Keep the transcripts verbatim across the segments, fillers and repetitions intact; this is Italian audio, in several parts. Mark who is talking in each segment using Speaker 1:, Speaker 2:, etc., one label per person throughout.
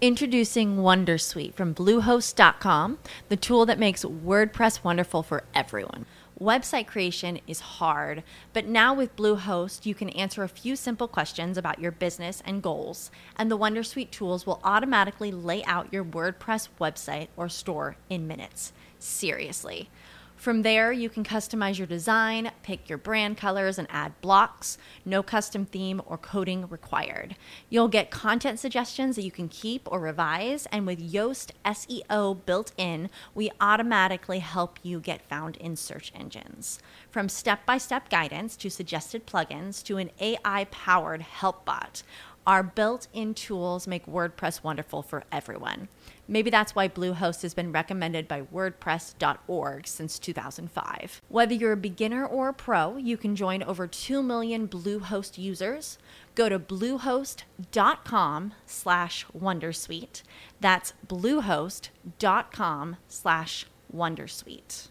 Speaker 1: Introducing Wondersuite from Bluehost dot com, the tool that makes WordPress wonderful for everyone. Website creation is hard, but now with Bluehost, you can answer a few simple questions about your business and goals, and the Wondersuite tools will automatically lay out your WordPress website or store in minutes. Seriously. From there, you can customize your design, pick your brand colors, and add blocks. No custom theme or coding required. You'll get content suggestions that you can keep or revise, and with Yoast S E O built in, we automatically help you get found in search engines. From step-by-step guidance to suggested plugins to an A I-powered help bot, our built-in tools make WordPress wonderful for everyone. Maybe that's why Bluehost has been recommended by WordPress dot org since two thousand five. Whether you're a beginner or a pro, you can join over two million Bluehost users. Go to bluehost dot com slash wondersuite. That's bluehost dot com slash wondersuite.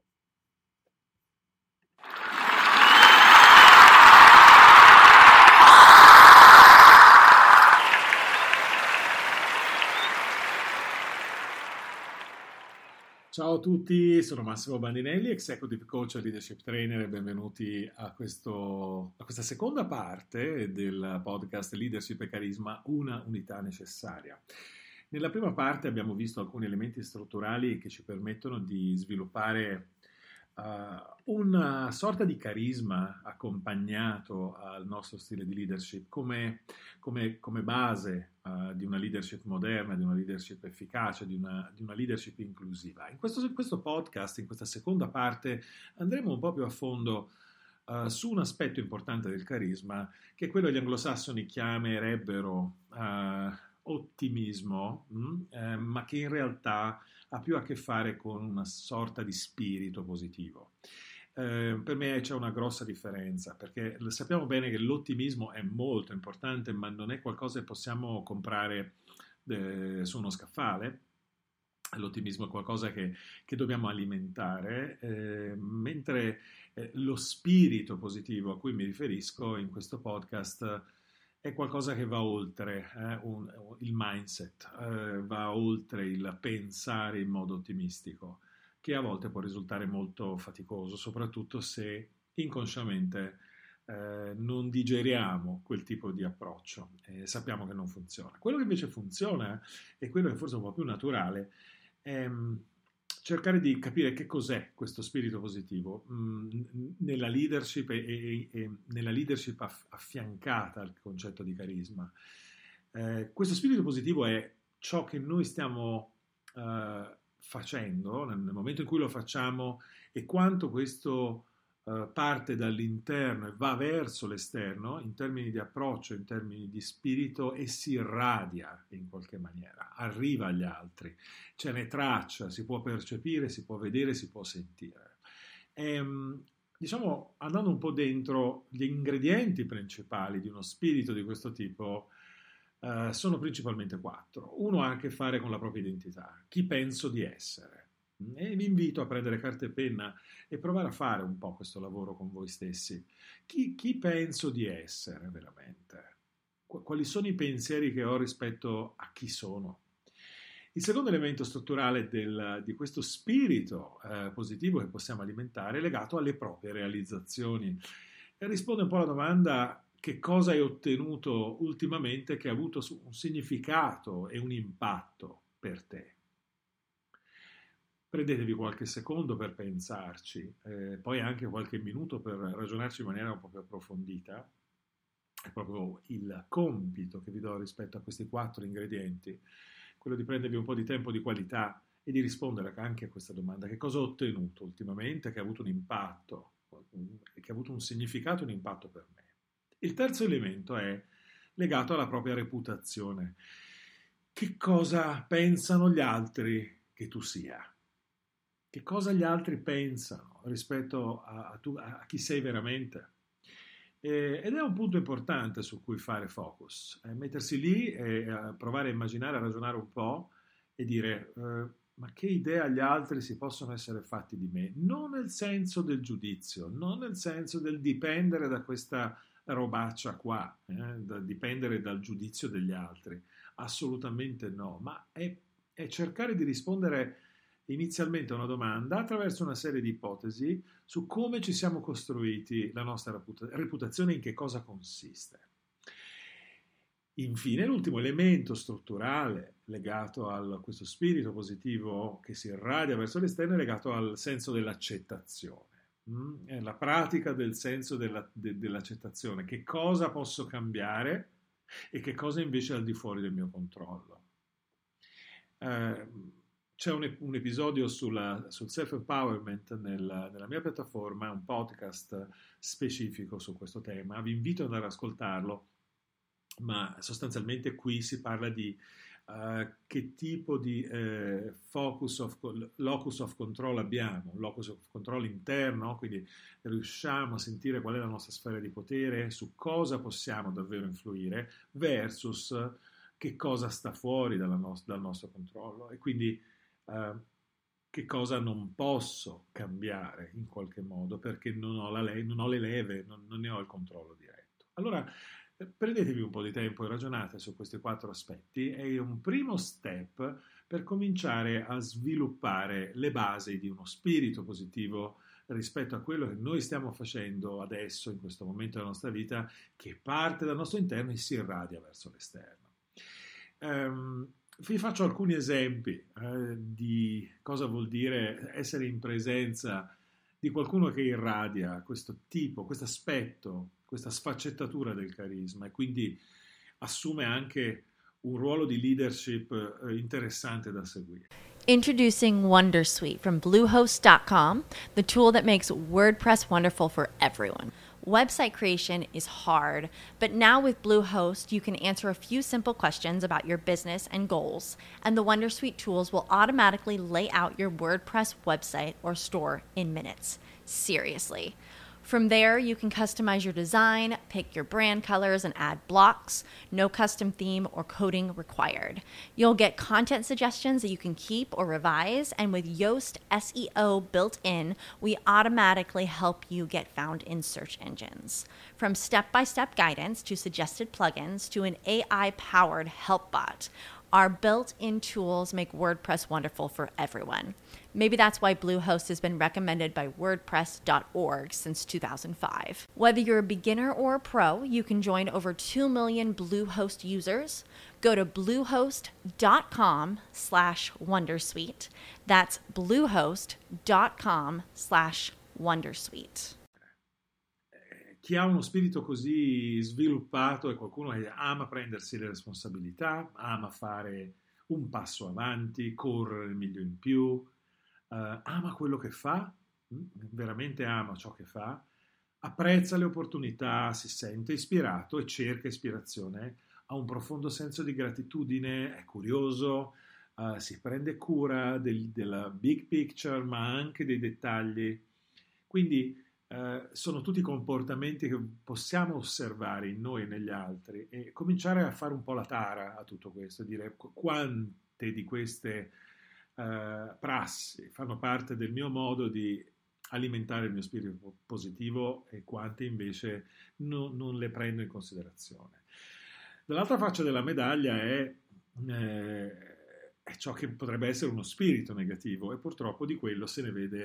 Speaker 2: Ciao a tutti, sono Massimo Bandinelli, Executive Coach e Leadership Trainer e benvenuti a, questo, a questa seconda parte del podcast Leadership e Carisma, una unità necessaria. Nella prima parte abbiamo visto alcuni elementi strutturali che ci permettono di sviluppare uh, una sorta di carisma accompagnato al nostro stile di leadership come, come, come base Uh, di una leadership moderna, di una leadership efficace, di una, di una leadership inclusiva. In questo, in questo podcast, in questa seconda parte, andremo un po' più a fondo uh, su un aspetto importante del carisma, che è quello che gli anglosassoni chiamerebbero uh, ottimismo, mh? eh, ma che in realtà ha più a che fare con una sorta di spirito positivo. Eh, per me c'è una grossa differenza, perché sappiamo bene che l'ottimismo è molto importante, ma non è qualcosa che possiamo comprare eh, su uno scaffale. L'ottimismo è qualcosa che, che dobbiamo alimentare, eh, mentre eh, lo spirito positivo a cui mi riferisco in questo podcast è qualcosa che va oltre eh, un, il mindset, eh, va oltre il pensare in modo ottimistico, che a volte può risultare molto faticoso, soprattutto se inconsciamente eh, non digeriamo quel tipo di approccio e sappiamo che non funziona. Quello che invece funziona, e quello che forse è un po' più naturale, è mh, cercare di capire che cos'è questo spirito positivo mh, nella leadership e, e, e nella leadership aff- affiancata al concetto di carisma. Eh, questo spirito positivo è ciò che noi stiamo Uh, facendo, nel momento in cui lo facciamo, e quanto questo uh, parte dall'interno e va verso l'esterno in termini di approccio, in termini di spirito, e si irradia in qualche maniera, arriva agli altri, ce n'è traccia, si può percepire, si può vedere, si può sentire. E, diciamo, andando un po' dentro, gli ingredienti principali di uno spirito di questo tipo Uh, sono principalmente quattro. Uno ha a che fare con la propria identità, chi penso di essere. E vi invito a prendere carta e penna e provare a fare un po' questo lavoro con voi stessi. Chi, chi penso di essere veramente? Quali sono i pensieri che ho rispetto a chi sono? Il secondo elemento strutturale del, di questo spirito eh, positivo che possiamo alimentare è legato alle proprie realizzazioni. E risponde un po' alla domanda: che cosa hai ottenuto ultimamente che ha avuto un significato e un impatto per te? Prendetevi qualche secondo per pensarci, eh, poi anche qualche minuto per ragionarci in maniera un po' più approfondita. È proprio il compito che vi do rispetto a questi quattro ingredienti, quello di prendervi un po' di tempo di qualità e di rispondere anche a questa domanda: che cosa ho ottenuto ultimamente che ha avuto un impatto, che ha avuto un significato e un impatto per me? Il terzo elemento è legato alla propria reputazione. Che cosa pensano gli altri che tu sia? Che cosa gli altri pensano rispetto a, a, tu, a chi sei veramente? Eh, ed è un punto importante su cui fare focus, eh, mettersi lì e eh, provare a immaginare, a ragionare un po' e dire eh, ma che idea gli altri si possono essere fatti di me? Non nel senso del giudizio, non nel senso del dipendere da questa robaccia qua, eh, da dipendere dal giudizio degli altri, Assolutamente no, ma è, è cercare di rispondere inizialmente a una domanda attraverso una serie di ipotesi su come ci siamo costruiti la nostra reputa- reputazione e in che cosa consiste. Infine, l'ultimo elemento strutturale legato a questo spirito positivo che si irradia verso l'esterno è legato al senso dell'accettazione. Mm? È la pratica del senso della, de, dell'accettazione. Che cosa posso cambiare e che cosa invece è al di fuori del mio controllo. Eh, c'è un, un episodio sulla, sul self-empowerment nella, nella mia piattaforma, un podcast specifico su questo tema. Vi invito ad andare ad ascoltarlo, ma sostanzialmente qui si parla di uh, che tipo di uh, focus of, locus of control abbiamo, un locus of control interno, quindi riusciamo a sentire qual è la nostra sfera di potere, su cosa possiamo davvero influire, versus che cosa sta fuori dalla no- dal nostro controllo e quindi uh, che cosa non posso cambiare in qualche modo perché non ho, la le- non ho le leve, non, non ne ho il controllo diretto. Allora, prendetevi un po' di tempo e ragionate su questi quattro aspetti. È un primo step per cominciare a sviluppare le basi di uno spirito positivo rispetto a quello che noi stiamo facendo adesso, in questo momento della nostra vita, che parte dal nostro interno e si irradia verso l'esterno. Um, vi faccio alcuni esempi eh, di cosa vuol dire essere in presenza di qualcuno che irradia questo tipo, questo aspetto, questa sfaccettatura del carisma e quindi assume anche un ruolo di leadership eh, interessante da seguire.
Speaker 1: Introducing Wondersuite from Bluehost dot com, the tool that makes WordPress wonderful for everyone. Website creation is hard, but now with Bluehost, you can answer a few simple questions about your business and goals, and the Wondersuite tools will automatically lay out your WordPress website or store in minutes. Seriously. From there, you can customize your design, pick your brand colors, and add blocks. No custom theme or coding required. You'll get content suggestions that you can keep or revise, and with Yoast S E O built in, we automatically help you get found in search engines. From step-by-step guidance to suggested plugins to an A I-powered help bot, our built-in tools make WordPress wonderful for everyone. Maybe that's why Bluehost has been recommended by WordPress dot org since two thousand five. Whether you're a beginner or a pro, you can join over two million Bluehost users. Go to bluehost.com slash Wondersuite. That's bluehost.com slash Wondersuite.
Speaker 2: Chi ha uno spirito così sviluppato è qualcuno che ama prendersi le responsabilità, ama fare un passo avanti, correre il miglio in più, uh, ama quello che fa, veramente ama ciò che fa, apprezza le opportunità, si sente ispirato e cerca ispirazione, ha un profondo senso di gratitudine, è curioso, uh, si prende cura del, della big picture ma anche dei dettagli. Quindi Uh, sono tutti comportamenti che possiamo osservare in noi e negli altri e cominciare a fare un po' la tara a tutto questo, dire quante di queste uh, prassi fanno parte del mio modo di alimentare il mio spirito positivo e quante invece no, non le prendo in considerazione. Dall'altra faccia della medaglia è, eh, è ciò che potrebbe essere uno spirito negativo e purtroppo di quello se ne vede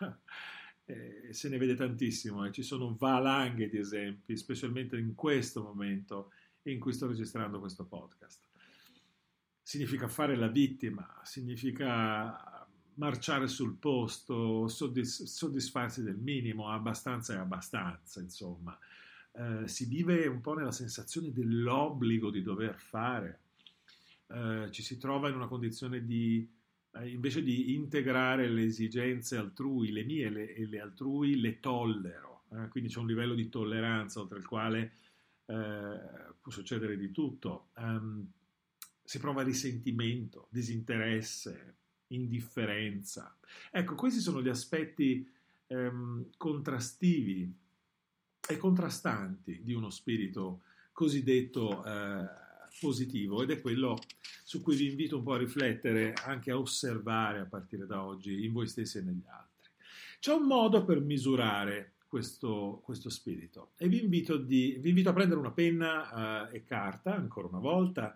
Speaker 2: Eh, se ne vede tantissimo e eh. Ci sono valanghe di esempi, specialmente in questo momento in cui sto registrando questo podcast. Significa fare la vittima, significa marciare sul posto, soddisf- soddisfarsi del minimo, abbastanza è abbastanza, insomma. Eh, si vive un po' nella sensazione dell'obbligo di dover fare. Eh, ci si trova in una condizione di invece di integrare le esigenze altrui, le mie le, e le altrui, le tollero. Eh? Quindi c'è un livello di tolleranza oltre il quale eh, può succedere di tutto. Um, si prova risentimento, disinteresse, indifferenza. Ecco, questi sono gli aspetti um, contrastivi e contrastanti di uno spirito cosiddetto eh, positivo, ed è quello su cui vi invito un po' a riflettere, anche a osservare a partire da oggi in voi stessi e negli altri. C'è un modo per misurare questo, questo spirito e vi invito, di, vi invito a prendere una penna uh, e carta ancora una volta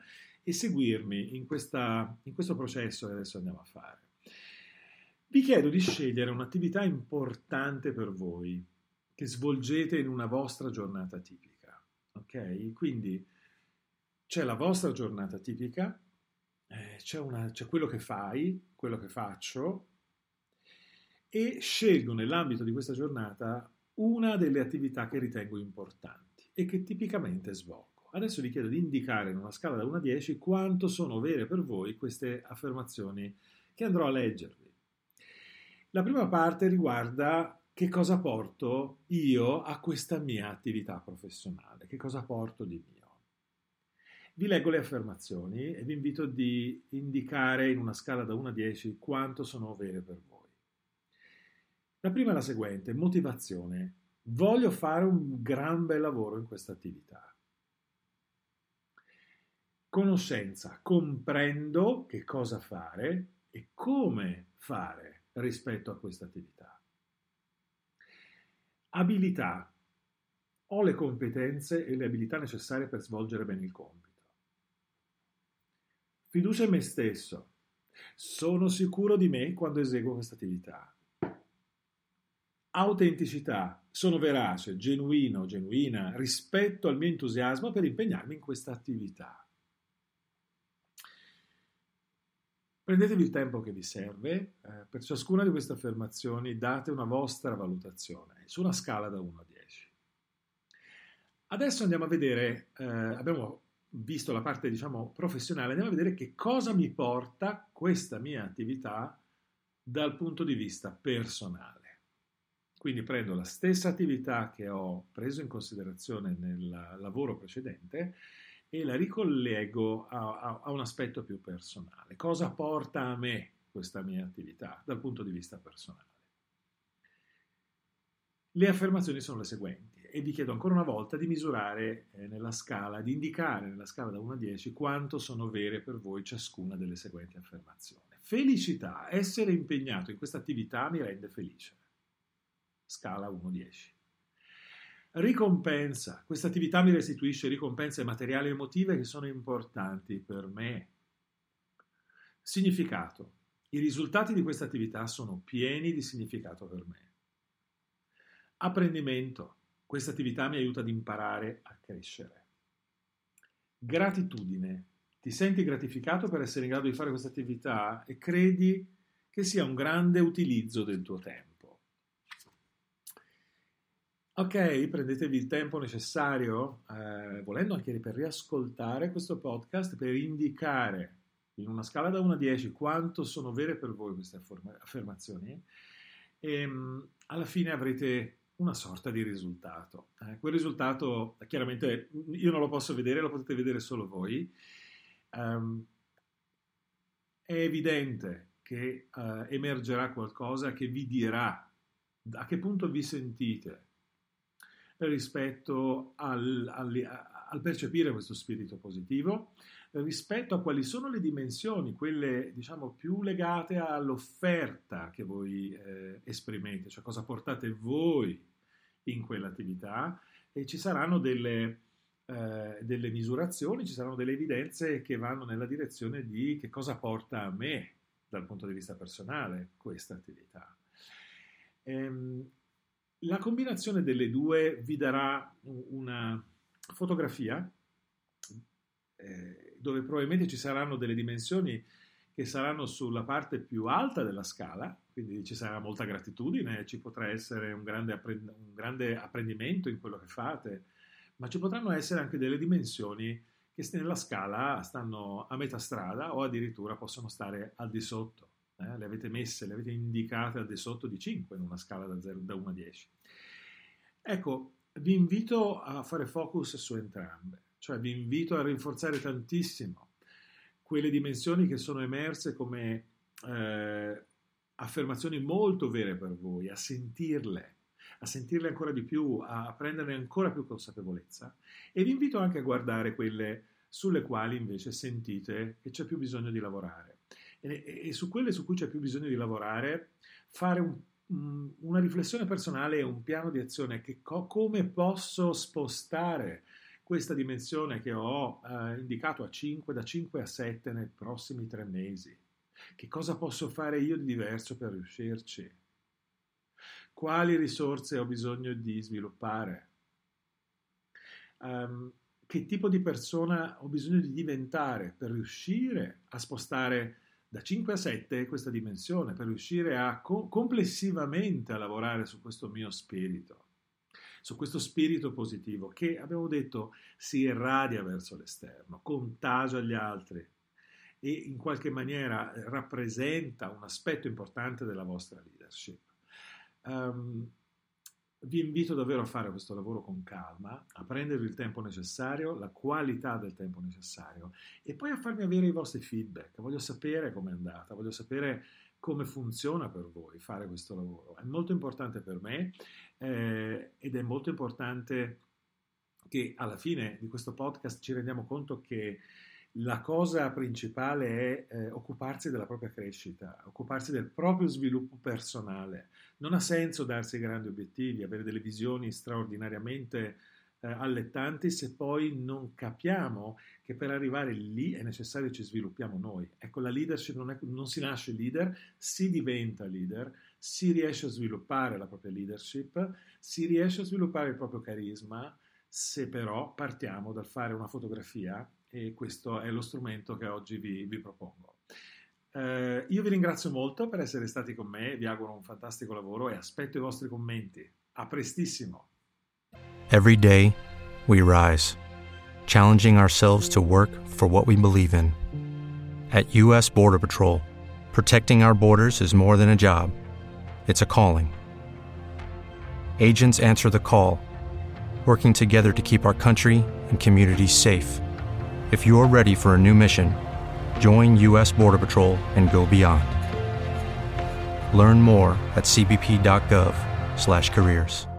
Speaker 2: e seguirmi in, questa, in questo processo che adesso andiamo a fare. Vi chiedo di scegliere un'attività importante per voi che svolgete in una vostra giornata tipica, ok? Quindi c'è la vostra giornata tipica, eh, c'è, una, c'è quello che fai, quello che faccio, e scelgo nell'ambito di questa giornata una delle attività che ritengo importanti e che tipicamente svolgo. Adesso vi chiedo di indicare in una scala da uno a dieci quanto sono vere per voi queste affermazioni che andrò a leggervi. La prima parte riguarda che cosa porto io a questa mia attività professionale, che cosa porto di mio. Vi leggo le affermazioni e vi invito di indicare in una scala da uno a dieci quanto sono vere per voi. La prima è la seguente: motivazione. Voglio fare un gran bel lavoro in questa attività. Conoscenza. Comprendo che cosa fare e come fare rispetto a questa attività. Abilità. Ho le competenze e le abilità necessarie per svolgere bene il compito. Fiducia in me stesso. Sono sicuro di me quando eseguo questa attività. Autenticità. Sono verace, genuino, genuina rispetto al mio entusiasmo per impegnarmi in questa attività. Prendetevi il tempo che vi serve, eh, per ciascuna di queste affermazioni date una vostra valutazione su una scala da uno a dieci. Adesso andiamo a vedere, eh, abbiamo visto la parte diciamo professionale, andiamo a vedere che cosa mi porta questa mia attività dal punto di vista personale. Quindi prendo la stessa attività che ho preso in considerazione nel lavoro precedente e la ricollego a, a, a un aspetto più personale. Cosa porta a me questa mia attività dal punto di vista personale? Le affermazioni sono le seguenti e vi chiedo ancora una volta di misurare eh, nella scala, di indicare nella scala da uno a dieci quanto sono vere per voi ciascuna delle seguenti affermazioni. Felicità. Essere impegnato in questa attività mi rende felice. Scala uno a dieci. Ricompensa. Questa attività mi restituisce ricompense materiali e emotive che sono importanti per me. Significato. I risultati di questa attività sono pieni di significato per me. Apprendimento. Questa attività mi aiuta ad imparare a crescere. Gratitudine. Ti senti gratificato per essere in grado di fare questa attività e credi che sia un grande utilizzo del tuo tempo. Ok, prendetevi il tempo necessario, eh, volendo anche per riascoltare questo podcast, per indicare in una scala da uno a dieci quanto sono vere per voi queste affermazioni e alla fine avrete una sorta di risultato. Eh, quel risultato, chiaramente, io non lo posso vedere, lo potete vedere solo voi. Um, è evidente che uh, emergerà qualcosa che vi dirà a che punto vi sentite rispetto al, al, al percepire questo spirito positivo, rispetto a quali sono le dimensioni, quelle diciamo più legate all'offerta che voi eh, esprimete, cioè cosa portate voi in quell'attività, e ci saranno delle, eh, delle misurazioni, ci saranno delle evidenze che vanno nella direzione di che cosa porta a me dal punto di vista personale questa attività. Ehm, La combinazione delle due vi darà una fotografia eh, dove probabilmente ci saranno delle dimensioni che saranno sulla parte più alta della scala, quindi ci sarà molta gratitudine, ci potrà essere un grande, apprend- un grande apprendimento in quello che fate, ma ci potranno essere anche delle dimensioni che nella scala stanno a metà strada o addirittura possono stare al di sotto. Eh, le avete messe, le avete indicate al di sotto di cinque in una scala da, zero, da uno a dieci. Ecco, vi invito a fare focus su entrambe, cioè vi invito a rinforzare tantissimo quelle dimensioni che sono emerse come eh, affermazioni molto vere per voi, a sentirle, a sentirle ancora di più, a prenderne ancora più consapevolezza, e vi invito anche a guardare quelle sulle quali invece sentite che c'è più bisogno di lavorare. E su quelle su cui c'è più bisogno di lavorare, fare un, um, una riflessione personale e un piano di azione che co- come posso spostare questa dimensione che ho eh, indicato a cinque, da cinque a sette nei prossimi tre mesi. Che cosa posso fare io di diverso per riuscirci? Quali risorse ho bisogno di sviluppare? Um, che tipo di persona ho bisogno di diventare per riuscire a spostare da cinque a sette questa dimensione, per riuscire a co- complessivamente a lavorare su questo mio spirito, su questo spirito positivo che, abbiamo detto, si irradia verso l'esterno, contagia gli altri e in qualche maniera rappresenta un aspetto importante della vostra leadership. Um, vi invito davvero a fare questo lavoro con calma, a prendervi il tempo necessario, la qualità del tempo necessario e poi a farmi avere i vostri feedback. Voglio sapere com'è andata, voglio sapere come funziona per voi fare questo lavoro. È molto importante per me eh, ed è molto importante che alla fine di questo podcast ci rendiamo conto che la cosa principale è eh, occuparsi della propria crescita, occuparsi del proprio sviluppo personale. Non ha senso darsi grandi obiettivi, avere delle visioni straordinariamente eh, allettanti se poi non capiamo che per arrivare lì è necessario che ci sviluppiamo noi. Ecco, la leadership non, è, non si nasce leader, si diventa leader, si riesce a sviluppare la propria leadership, si riesce a sviluppare il proprio carisma, se però partiamo dal fare una fotografia. E questo è lo strumento che oggi vi, vi propongo. Eh, io vi ringrazio molto per essere stati con me, vi auguro un fantastico lavoro e aspetto i vostri commenti. A prestissimo!
Speaker 3: Every day, we rise, challenging ourselves to work for what we believe in. At U S Border Patrol, protecting our borders is more than a job. It's a calling. Agents answer the call, working together to keep our country and communities safe. If you're ready for a new mission, join U S Border Patrol and go beyond. Learn more at c b p dot gov slash careers.